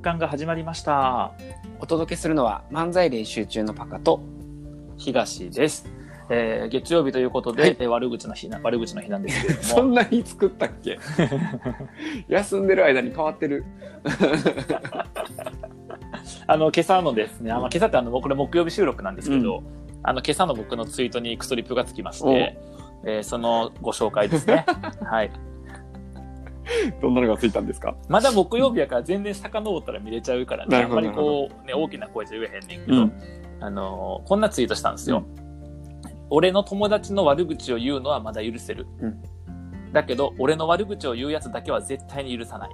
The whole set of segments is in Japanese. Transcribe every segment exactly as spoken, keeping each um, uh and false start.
刊が始まりました。 お届けするのは漫才練習中のパカと東です。えー、月曜日ということで、はい、えー、悪口の日な悪口の日なんですけれどもそんな日作ったっけ休んでる間に変わってるあの今朝のですね、あ今朝ってあのこれ木曜日収録なんですけど、うん、あの今朝の僕のツイートにクソリップがつきまして、えー、そのご紹介ですねはい。 どんなのがついたんですか？ まだ木曜日やから全然遡ったら見れちゃうからね、あんまりこう、ね、大きな声じゃ言えへんねんけど、うん、あのー、こんなツイートしたんですよ、うん、俺の友達の悪口を言うのはまだ許せる、うん、だけど俺の悪口を言うやつだけは絶対に許さない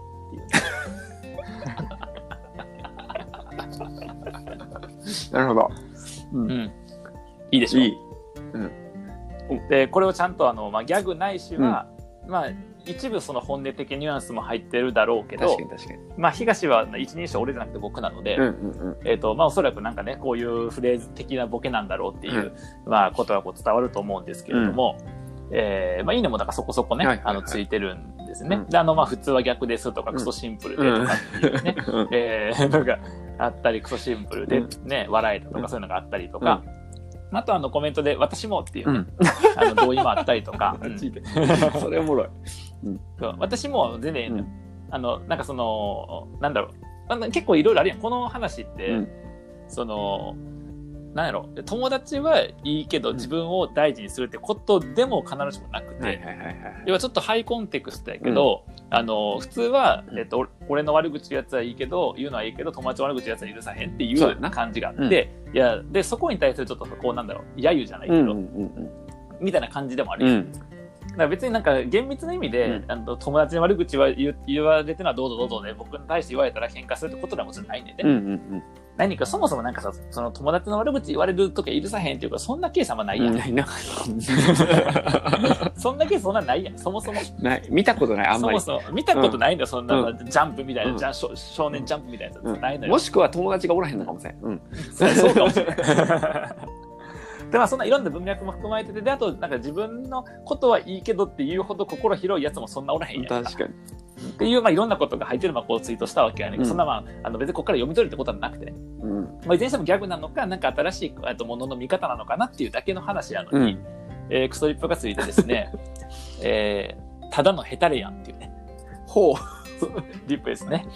っていうなるほど、 うんうん、いいでしょう。いい、 うん、 でこれをちゃんとあの、まあ、ギャグないしは、うん、まあ一部その本音的ニュアンスも入ってるだろうけど、 確かに確かに、 まあ東は一人称俺じゃなくて僕なので、うんうんうん、えっとまあおそらくなんかねこういうフレーズ的なボケなんだろうっていう、うん、まあことはこう伝わると思うんですけれども、うん、えー、まあいいねもだからそこそこね、はいはいはい、あのついてるんですね。うん、であのまあ普通は逆ですとか、クソシンプルでとかっていうね、うん、えー、なんかあったりクソシンプルでね、うん、笑えたとかそういうのがあったりとか。うん、あとあのコメントで私もっていう、ね、うん、あの同意もあったりとか、うん、 それおもろい、 うん、私も全然、うん、あのなんかそのなんだろう結構いろいろあるやんこの話って、うん、そのなんやろ友達はいいけど自分を大事にするってことでも必ずしもなくて、要はちょっとハイコンテクストやけど、うん、あの普通は、えっと、俺の悪口言うやつはいいけど言うのはいいけど友達の悪口言うやつは許さへんっていう感じがあって、うん、いやでそこに対するちょっとこうなんだろう揶揄じゃないけど、うんうんうん、みたいな感じでもある、うん、だから別になんか厳密な意味で、うん、あの友達の悪口は 言, 言われてるのはどうぞどうぞで、ね、僕に対して言われたら喧嘩するってことではもちろんないんでね、うんうんうん、何かそもそもなんかさその友達の悪口言われるときは許さへんっていうかそんなケースはないやん、うん、ないなそんなケースそんなないやんそもそもない見たことないあんまりそもそも見たことないんだよ、うん、そんな、うん、ジャンプみたいな、うん、少年ジャンプみたいなやつ、うん、ないのよ。 もしくは友達がおらへんのかもしれん、うん、 そうそうかもしれないでまあそんないろんな文脈も含まれてて、であとなんか自分のことはいいけどっていうほど心広いやつもそんなおらへんやんか。 確かにっていうまあいろんなことが入ってるまあこうツイートしたわけやねんけど、うん、そんなまああの別にここから読み取るってことはなくてね、うん、まあいずれにしてもギャグなのかなんか新しいとものの見方なのかなっていうだけの話やのに、うん、えー、クソリップがついてですね、えー、ただのヘタレやんっていうね、 ほうリップですね。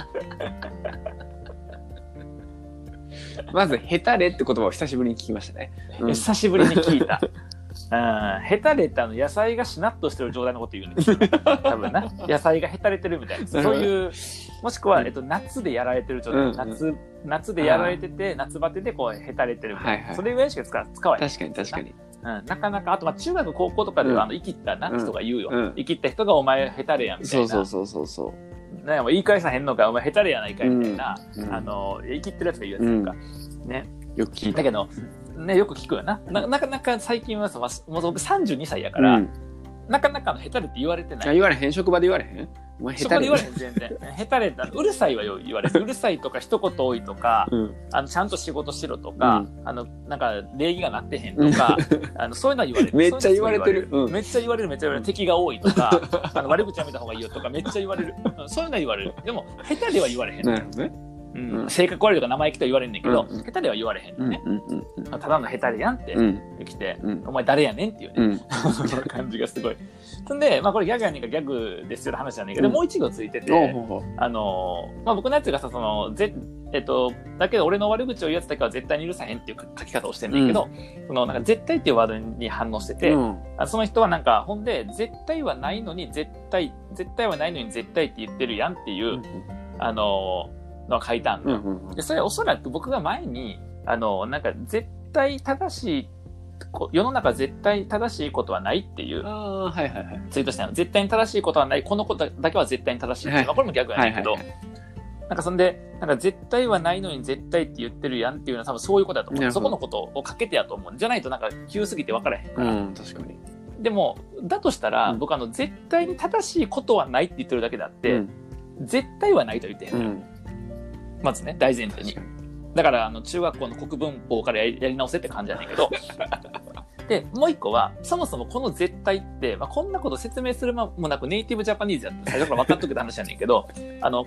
まずヘタレって言葉を久しぶりに聞きましたね、 うん、久しぶりに聞いたうん、ヘタレってあの野菜がしなっとしてる状態のこと言うんですよ多分な野菜がヘタレてるみたいなそういうもしくは、えっと、夏でやられてる状態、うん、夏, 夏でやられてて夏バテでこうヘタレてるみたいな、はいはい、それぐらいしか 使, 使わない。 確かに確かに、 うん、なかなかあとまあ中学高校とかでは、うん、あの生きったな人が言うよ、うん、生きった人がお前ヘタレやんみたいな、 そうそうそうそうそうね、もう言い返さへんのかお前ヘタレやないかいみたいな、うん、あの生きってるやつが言うやつとか、うん、ねよく聞いただけどね、よく聞くよな。な, なかなか最近はさ、もう僕さんじゅうにさいやから、うん、なかなかのヘタレって言われてない。 言われへん、職場で言われへん。お前ヘタレ。 職場で言われへん全然。ヘタレってうるさいは言われる。うるさいとか一言多いとか、うん、あのちゃんと仕事しろとか、うん、あのなんか礼儀がなってへんとか、あのそういうのは言われる。 めっちゃ言われてる。 うん、めっちゃ言われるめっちゃ言われる。敵が多いとか、あの悪口やめた方がいいよとかめっちゃ言われる。そういうのは言われる。でもヘタレは言われへん。なるほどね。うん、性格悪いとか生意気と言われるんだけど、うんうん、下手では言われへんのね、うんうんうん、ただの下手でやんって来て、うん、お前誰やねんっていうね、うん、その感じがすごい。そんで、まあこれギャグやねんかギャグですよって話じゃねんけど、うん、もう一行ついてて、あのー、まあ僕のやつがさ、その、ぜえっと、だけど俺の悪口を言うやつだけは絶対に許さへんっていう書き方をしてんだけど、うん、そのなんか絶対っていうワードに反応してて、うん、その人はなんか、ほんで、絶対はないのに絶対、絶対はないのに絶対って言ってるやんっていう、うん、あのー、の書いたんだ、うんうんうん、でそれはおそらく僕が前にあのなんか絶対正しい世の中絶対正しいことはないっていうあ、はいはいはい、 ツイートしたの。絶対に正しいことはないこのことだけは絶対に正しいって、はい、まあ、これも逆やねんけど、はいはいはい、なんかそんでなんか絶対はないのに絶対って言ってるやんっていうのは多分そういうことだと思う。そこのことをかけてやと思う。じゃないとなんか急すぎて分からへんから、 うん、確かに。 でもだとしたら、うん、僕あの絶対に正しいことはないって言ってるだけであって、うん、絶対はないと言ってへんのよ、うん、まずね大前提に。だからあの中学校の国文法からやり、やり直せって感じじゃないけどでもう一個はそもそもこの絶対って、まあ、こんなこと説明する間もなくネイティブジャパニーズやって最初から分かっとくって話やねんけどあの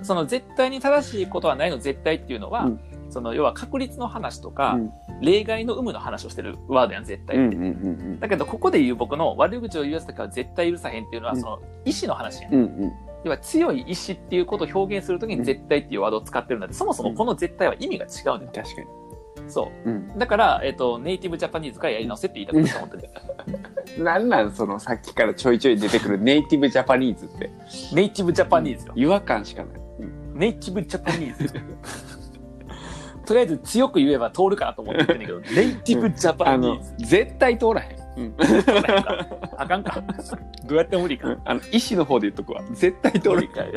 その絶対に正しいことはないの絶対っていうのは、うん、その要は確率の話とか、うん、例外の有無の話をしてるワードやん絶対って、うんうんうんうん、だけどここで言う僕の悪口を言うやつとかは絶対許さへんっていうのは、うん、その意思の話やん、うんうん、要は強い意志っていうことを表現するときに絶対っていうワードを使ってるので、そもそもこの絶対は意味が違うんだよ、 確かにそう、うん、だから、えーと、ネイティブジャパニーズからやり直せって言いたかった本当になんなんそのさっきからちょいちょい出てくるネイティブジャパニーズって。 ネイティブジャパニーズよ、 違和感しかない、 うん、ネイティブジャパニーズとりあえず強く言えば通るかなと思って言ってんだけどネイティブジャパニーズ、 うん、絶対通らへん、うん、 通らへんかあかんかどうやっても無理か、うん、 あの意思の方で言っとくわ、絶対通るか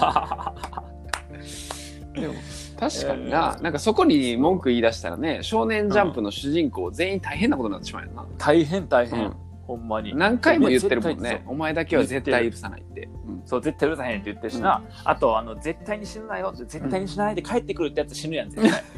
でも確かにな、えー、なんかそこに文句言い出したらね、少年ジャンプの主人公全員大変なことになってしまうよな、うん、 大変大変、うん、ほんまに何回も言ってるもんね、お前だけは絶対許さないって、 うん、そう絶対許さへんって言ってるしな、うん、あとあの絶対に死ぬなよって絶対に死なないで帰ってくるってやつ死ぬやん絶対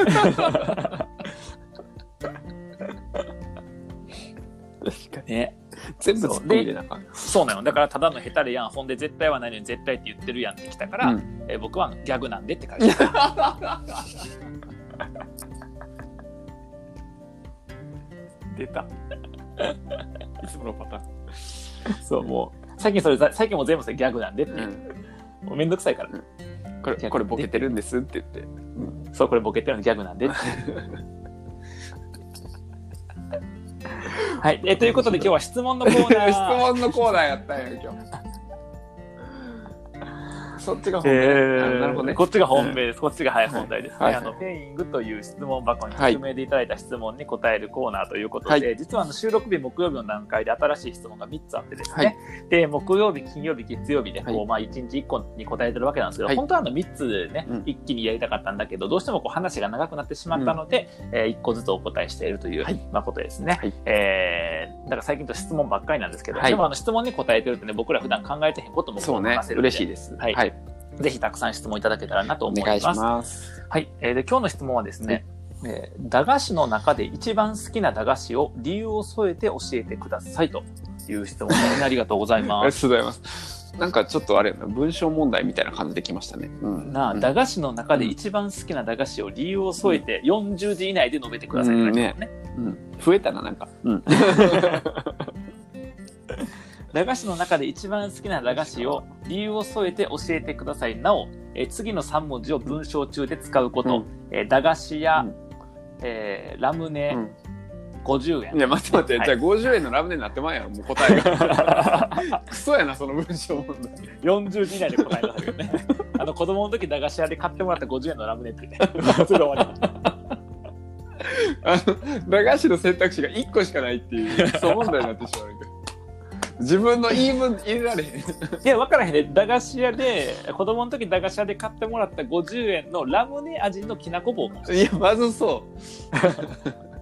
確かにね、 全部突っ込んでなんかそうなの、だからただのヘタレやん、ほんで絶対はないのに絶対って言ってるやんってきたから、うん、えー、僕はギャグなんでって書いてた出たいつものパターンそう、もう最近それ最近も全部それギャグなんでって、うん、もうめんどくさいから、うん、 これこれボケてるんですって言って、 うん、そうこれボケてるのギャグなんでってはい、えー、ということで今日は質問のコーナー質問のコーナーやったんや今日そっちが本命、えー、なるほどね、こっちが本命です、うん、こっちが、はい、本題ですね、はい、あのペイングという質問箱に匿名でいただいた質問に答えるコーナーということで、はい、実はあの収録日木曜日の段階で新しい質問がみっつあってですね、はい、で木曜日金曜日月曜日でこう、はい、まあ、いちにちいっこに答えてるわけなんですけど、はい、本当はあのみっつね、うん、一気にやりたかったんだけどどうしてもこう話が長くなってしまったので、うん、えー、いっこずつお答えしているという、はい、まあ、ことですね、はい、えー、だから最近と質問ばっかりなんですけど、はい、でもあの質問に答えてるとね、僕ら普段考えてへんこともこう話せるので、 嬉しいです、 はい、はい、ぜひたくさん質問いただけたらなと思います。 お願いします。 はい、えー、で今日の質問はですね、はい、えー、駄菓子の中で一番好きな駄菓子を理由を添えて教えてくださいという質問ですね。ありがとうございます。 ありがとうございます。なんかちょっとあれ文章問題みたいな感じできましたね。 うん、なあ、駄菓子の中で一番好きな駄菓子を理由を添えてよんじゅうじ以内で述べてください、うん、ね、 うん、増えたななんか。うん、 駄菓子の中で一番好きな駄菓子を理由を添えて教えてください。なお、えー、次のさん文字を文章中で使うこと、うん、えー、駄菓子屋、うん、えー、ラムネ、うん、ごじゅうえん。 いや待って待って、はい、じゃあごじゅうえんのラムネになってまんやろ、もう答えがクソやなその文章問題よんじゅうじ以内で答えたんだけどねあの子供の時駄菓子屋で買ってもらったごじゅうえんのラムネってねそれで終わりあの駄菓子の選択肢がいっこしかないっていうクソ問題になってしまうけど自分の言い分入れられへんいや分からへんね。駄菓子屋で子供の時駄菓子屋で買ってもらったごじゅうえんのラムネ味のきなこ棒かもしれない。 いやまずそう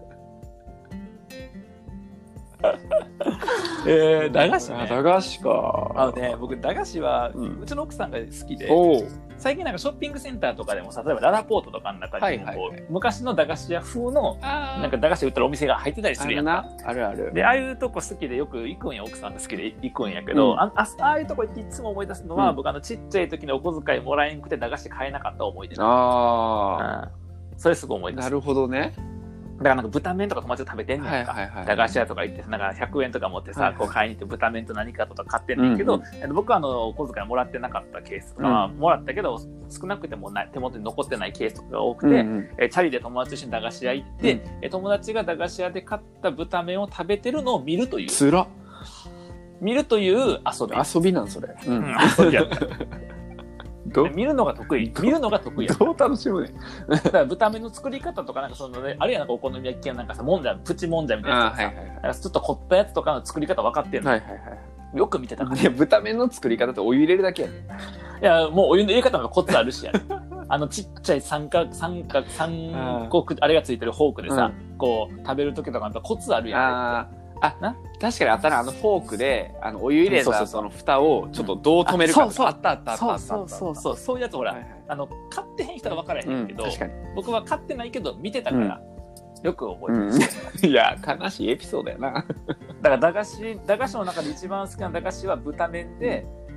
えー、駄菓子ね。 駄菓子か。 あのね、僕駄菓子は、うん、うちの奥さんが好きで、最近なんかショッピングセンターとかでもさ、例えばララポートとかの中にもこう、はいはいはい、昔の駄菓子屋風のなんか駄菓子売ってるお店が入ってたりするやんか。 あるある。 で、ああいうとこ好きでよく行くんや、奥さんが好きで行くんやけど、うん、あ, あ, ああいうとこ行っていつも思い出すのは、うん、僕あのちっちゃい時にお小遣いもらえんくて駄菓子買えなかった思い出。ああ、うん、それすごい思い出す。 なるほどね。 だからなんか豚麺とか友達と食べてんねんか、はいはいはい、駄菓子屋とか行ってなんかひゃくえんとか持ってさ、はいはい、こう買いに行って豚麺と何かとか買ってんねんけど、うんうん、僕はあのお小遣いもらってなかったケースとか、うん、もらったけど少なくてもない手元に残ってないケースとかが多くて、うんうん、えチャリで友達と一緒に駄菓子屋行って、うん、え友達が駄菓子屋で買った豚麺を食べてるのを見るというつら見るという遊び遊びなんそれ、 うん、遊びやった見るのが得意見るのが得意やどう楽しむねだから豚麺の作り方とかなんかその、ね、あるいはなんかお好み焼き系のなんかさもんじゃプチもんじゃみたいなやつとか、はいはいはい、なんかちょっと凝ったやつとかの作り方分かってるの、はいはいはい、よく見てたから、 ね、豚麺の作り方ってお湯入れるだけやねいやもうお湯の入れ方もコツあるしやねあのちっちゃい三角三角三個あれがついてるフォークでさ、うん、こう食べる時とかコツあるやんああな確かにあったらあのフォークであのお湯入れたその蓋をちょっとどう止めるか、うん、そうそうあったあったあったあったそうそうそうそういうやつほら、はいはい、あの買ってへん人は分からへんけど、うん、確かに僕は買ってないけど見てたから、うん、よく覚えてます、 うん、いや悲しいエピソードやなだから駄菓子駄菓子の中で一番好きな駄菓子は豚麺で、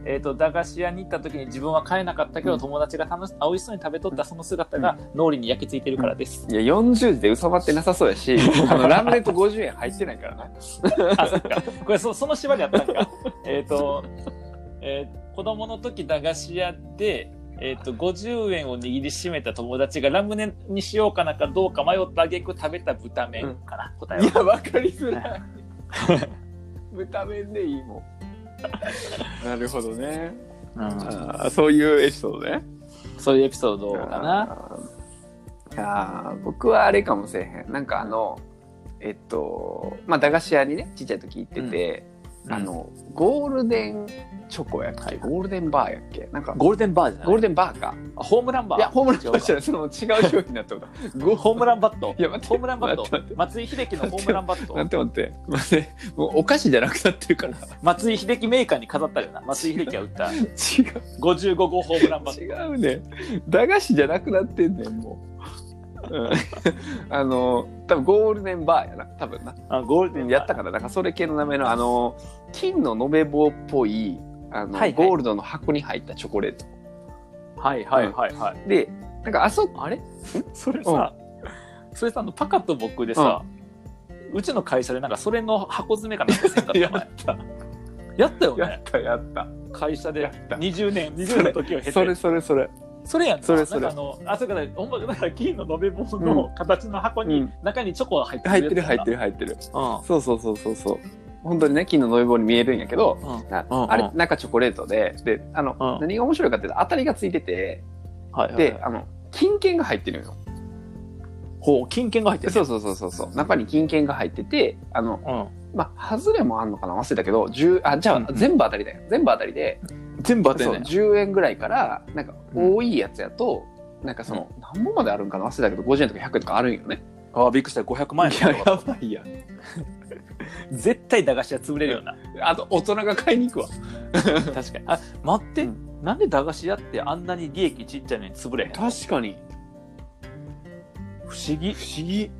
えーと、駄菓子屋に行った時に自分は買えなかったけど、うん、友達が楽し美味しそうに食べとったその姿が脳裏に焼き付いてるからです、 いやよんじゅうじで収まってなさそうやしあのラムネとごじゅうえん入ってないからなあ、そっか。これ そ, その縛りあったんかえっと、えー、子供の時駄菓子屋でえー、とごじゅうえんを握りしめた友達がラムネにしようかなかどうか迷った挙句食べた豚麺かな、うん、答えは。 いや分かりづらい豚麺でいいもんなるほどね、うん、あそういうエピソードね。 そういうエピソードかな。 ああ僕はあれかもしれへん。なんかあのえっとまあ駄菓子屋にねちっちゃい時行ってて、うん、あのゴールデンチョコやっけ、はい、ゴールデンバーやっけ、なんかゴールデンバーじゃない、 ゴールデンバーか、 あホームランバー、 いやホームランバーじゃない、その違う商品だったことホームランバット、 いや待ってホームランバット、松井秀喜のホームランバット、 待って待って待ってもうお菓子じゃなくなってるから松井秀喜メーカーに飾ったよな。松井秀喜が売った違うごじゅうご号ホームランバット、 違うね、駄菓子じゃなくなってんねんもううん、あの多分ゴールデンバーやな多分な、 あゴールデンやったからなんかそれ系の名前のあの金の延べ棒っぽいあの、はいはい、ゴールドの箱に入ったチョコレート、 はいはいはいはい、 うん、でなんかあそあれそれさ、うん、それさあのパカと僕でさ、うん、うちの会社でなんかそれの箱詰めかなんかせんかったやったやったよね、 やったやった会社でにじゅうねんにじゅうねんの時を経てそれそれそれそれやんそれそれなんかあのあそこからほんまだから金の延べ棒の形の箱に、うん、中にチョコが入ってる入ってる入ってる入ってる、うん、そうそうそうそうそう本当にね金の延べ棒に見えるんやけど、うんあうん、あれ中チョコレートでであの、うん、何が面白いかっていうと当たりがついてて、はいはいはい、であの金券が入ってるのよ。 ほう金券が入ってる、 そうそうそうそうそう中に金券が入っててあの、うん、まあ外れもあんのかな忘れたけどじゅうあじゃあ、うん、全部当たりだよ全部当たりで全部当たりだよじゅうえんぐらいからなんか多いやつやと、うん、なんかその、うん、何本まであるんかな忘れたけどごじゅうえんとかひゃくえんとかあるんよね。 ああびっくりしたごひゃくまんえんいややばいやん絶対駄菓子屋潰れるよな。 あと大人が買いに行くわ確かに。あ待って、うん、なんで駄菓子屋ってあんなに利益ちっちゃいのに潰れへん。 確かに不思議不思議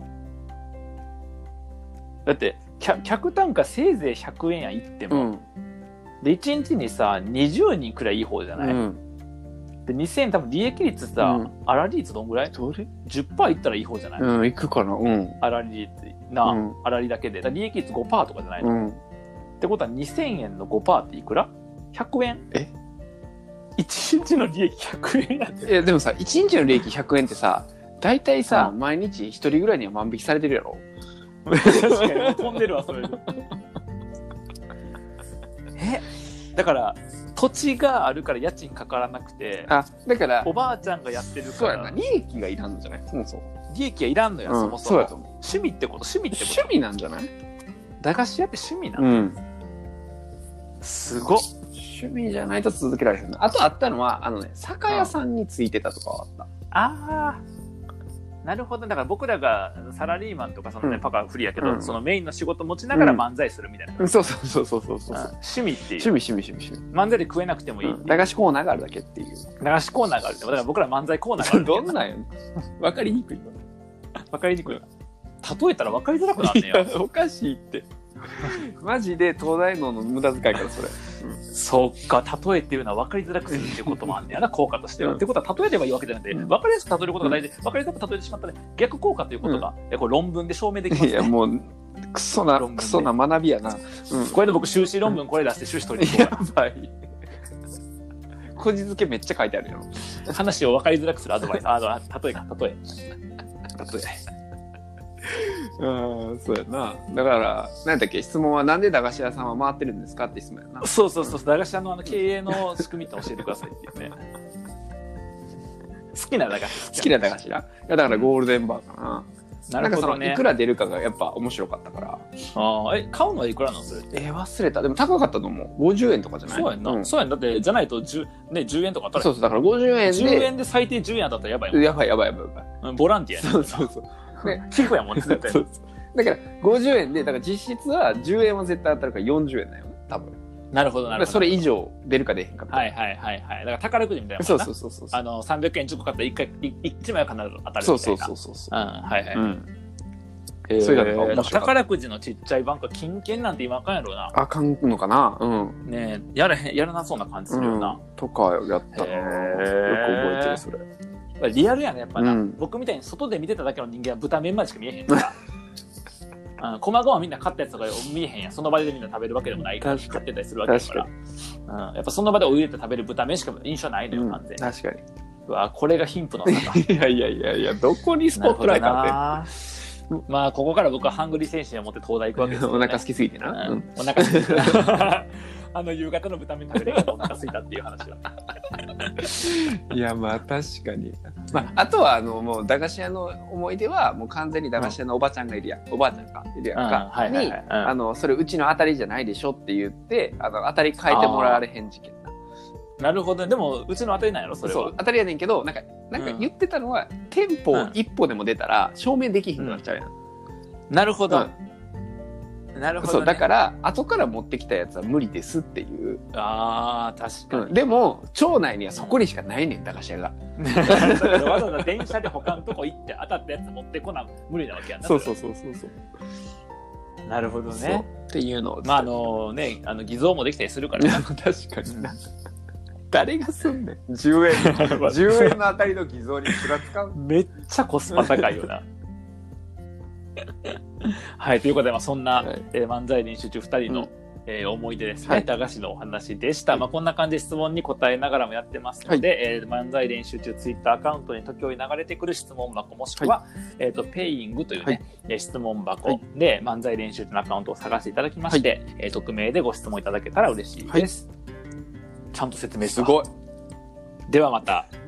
だって客単価せいぜいひゃくえんやいっても、うん、でいちにちにさにじゅうにんくらいいい方じゃない、うん、でにせんえん多分利益率さ、うん、粗利率どんぐらい？どれ じゅっパーセント いったらいい方じゃない？ うんいくかな。うん粗利率な、うん、粗利だけでだ利益率 ごパーセント とかじゃないの、うん、ってことはにせんえんの ごパーセント っていくら？ひゃくえん？ えいちにちの利益ひゃくえんやで。 えでもさいちにちの利益ひゃくえんってさだいたいさ、うん、毎日ひとりぐらいには万引きされてるやろ。 確かに飛んでるわそれでえだから土地があるから家賃かからなくて、 あだからおばあちゃんがやってるからそうやな利益がいらんのじゃない？そもそも利益はいらんのよ、うん、そもそもそうやと思う。 趣味ってこと趣味ってこと趣味なんじゃない？ 駄菓子屋って趣味なの、 うん、 すごっ趣味じゃないと続けられへん。あとあったのはあのね酒屋さんについてたとかはあった。 ああなるほど。だから僕らがサラリーマンとかその、ねうん、パカフリやけど、うん、そのメインの仕事持ちながら漫才するみたいな、 うん、そうそうそうそうそうそう、うん、 趣味っていう趣味趣味趣味趣味漫才で食えなくてもいい、 うん、駄菓子コーナーがあるだけっていう駄菓子コーナーがあるだから僕ら漫才コーナーがあるどんなんや分かりにくい分かりにくい例えたら分かりづらくなるねやおかしいってマジで東大脳の無駄遣いからそれ、 うん、そっか例えっていうのは分かりづらくするっていうこともあんねやな効果としては、うん、ってことは例えればいいわけじゃなくて、うん、分かりやすく例えることが大事で、分かりづらく例えてしまったら逆効果ということが、うん、これ論文で証明できますね。 いやもうクソなクソな学びやな、 うん、これで僕修士論文これ出して修士取りに行こうか。やばいこじつけめっちゃ書いてあるよ。 話を分かりづらくするアドバイスあ例えか例え例えうんそうやな。だから何だっけ質問はなんで駄菓子屋さんは回ってるんですかって質問やな。 そうそうそう駄菓子屋のあの経営の仕組みって教えてくださいっていうね。好きな駄菓子好きな駄菓子屋。いやだからゴールデンバーかな。なるほどね。なんかそのいくら出るかがやっぱ面白かったから。 ああえ買うのはいくらなんそれって。 え忘れた。でも高かったと思う。ごじゅうえんとかじゃない。 そうやんな。うん、そうやんだってじゃないとじゅうねじゅうえんとか当たる。 そうそうだからごじゅうえんでじゅうえんで最低じゅうえん当たったらやばいもん。 やばいやばいやばいやばい。ボランティアやね。 そうそうそう。 ね、寄付やもんね絶対。そうそうだからごじゅうえんでだから実質はじゅうえんは絶対当たるからよんじゅうえんだよね多分。 なるほどなるほど。 それ以上出るか出へんか。 はいはいはいはい。だから宝くじみたいなもんな。そうそうそうそう。 あのさんびゃくえんちょっと買ったらいっかいいちまいは必ず当たるみたいな。 そうそうそうそうそう。 うんはいはい。うん、 そういうのが面白かった。 宝くじのちっちゃいバンクは金券なんて今あかんやろうな。 あかんのかな。うんねえ、やらへん、やらなそうな感じするよな。 うん、とかやったな。よく覚えてるそれ。 リアルやねやっぱな、 うん、 僕みたいに外で見てただけの人間は豚麺までしか見えへんからあの細々はみんな買ったやつとか見えへんやん。その場でみんな食べるわけでもないから買ってたりするわけだから、うん、やっぱその場でお湯で食べる豚麺しか印象ないのよ、うん、完全に。 確かに。 うわこれが貧富の差か。 いやいやいやいや、どこにスポットライトあってんまあここから僕はハングリー精神を持って東大行くわけですよ、ね、 お腹空きすぎてな、 うん、お腹空きすぎてあの夕方の豚麺食べれるからお腹空いたっていう話は。 いやまあ確かに、まあ、あとはあのもう駄菓子屋の思い出はもう完全に駄菓子屋のおばちゃんがいるやん、うん、おばあちゃんがいるやんか、うん、に、あのそれうちの当たりじゃないでしょって言ってあの当たり変えてもらわれへん事件な。 なるほど、でもうちの当たりなんやろそれは。 そう当たりやねんけどなんかなんか言ってたのは、うん、店舗一歩でも出たら証明できひんくなっちゃうやん、 うん、なるほど、うんなるほどね、 そうだから後から持ってきたやつは無理ですっていう。 あー確かに、 うん、でも町内にはそこにしかないねん駄菓子屋が。 わざわざ電車で他のとこ行って当たったやつ持ってこな無理なわけやな。 そうそうそうそうそうなるほどねっていうのをまああのねあの偽造もできたりするからね。 確かにな。誰がすんねん。じゅうえんじゅうえんの当たりの偽造にプラ使う。 めっちゃコスパ高いよな。はいということで、まあ、そんな、はいえー、漫才練習中ふたりの、うんえー、思い出ですね、はい、駄菓子のお話でした、はいまあ、こんな感じで質問に答えながらもやってますので、はいえー、漫才練習中ツイッターアカウントに時折流れてくる質問箱もしくは、はいえー、とペイングというね、はい、質問箱で漫才練習中のアカウントを探していただきまして、はいえー、匿名でご質問いただけたら嬉しいです、はい、ちゃんと説明した。 すごい。 ではまた。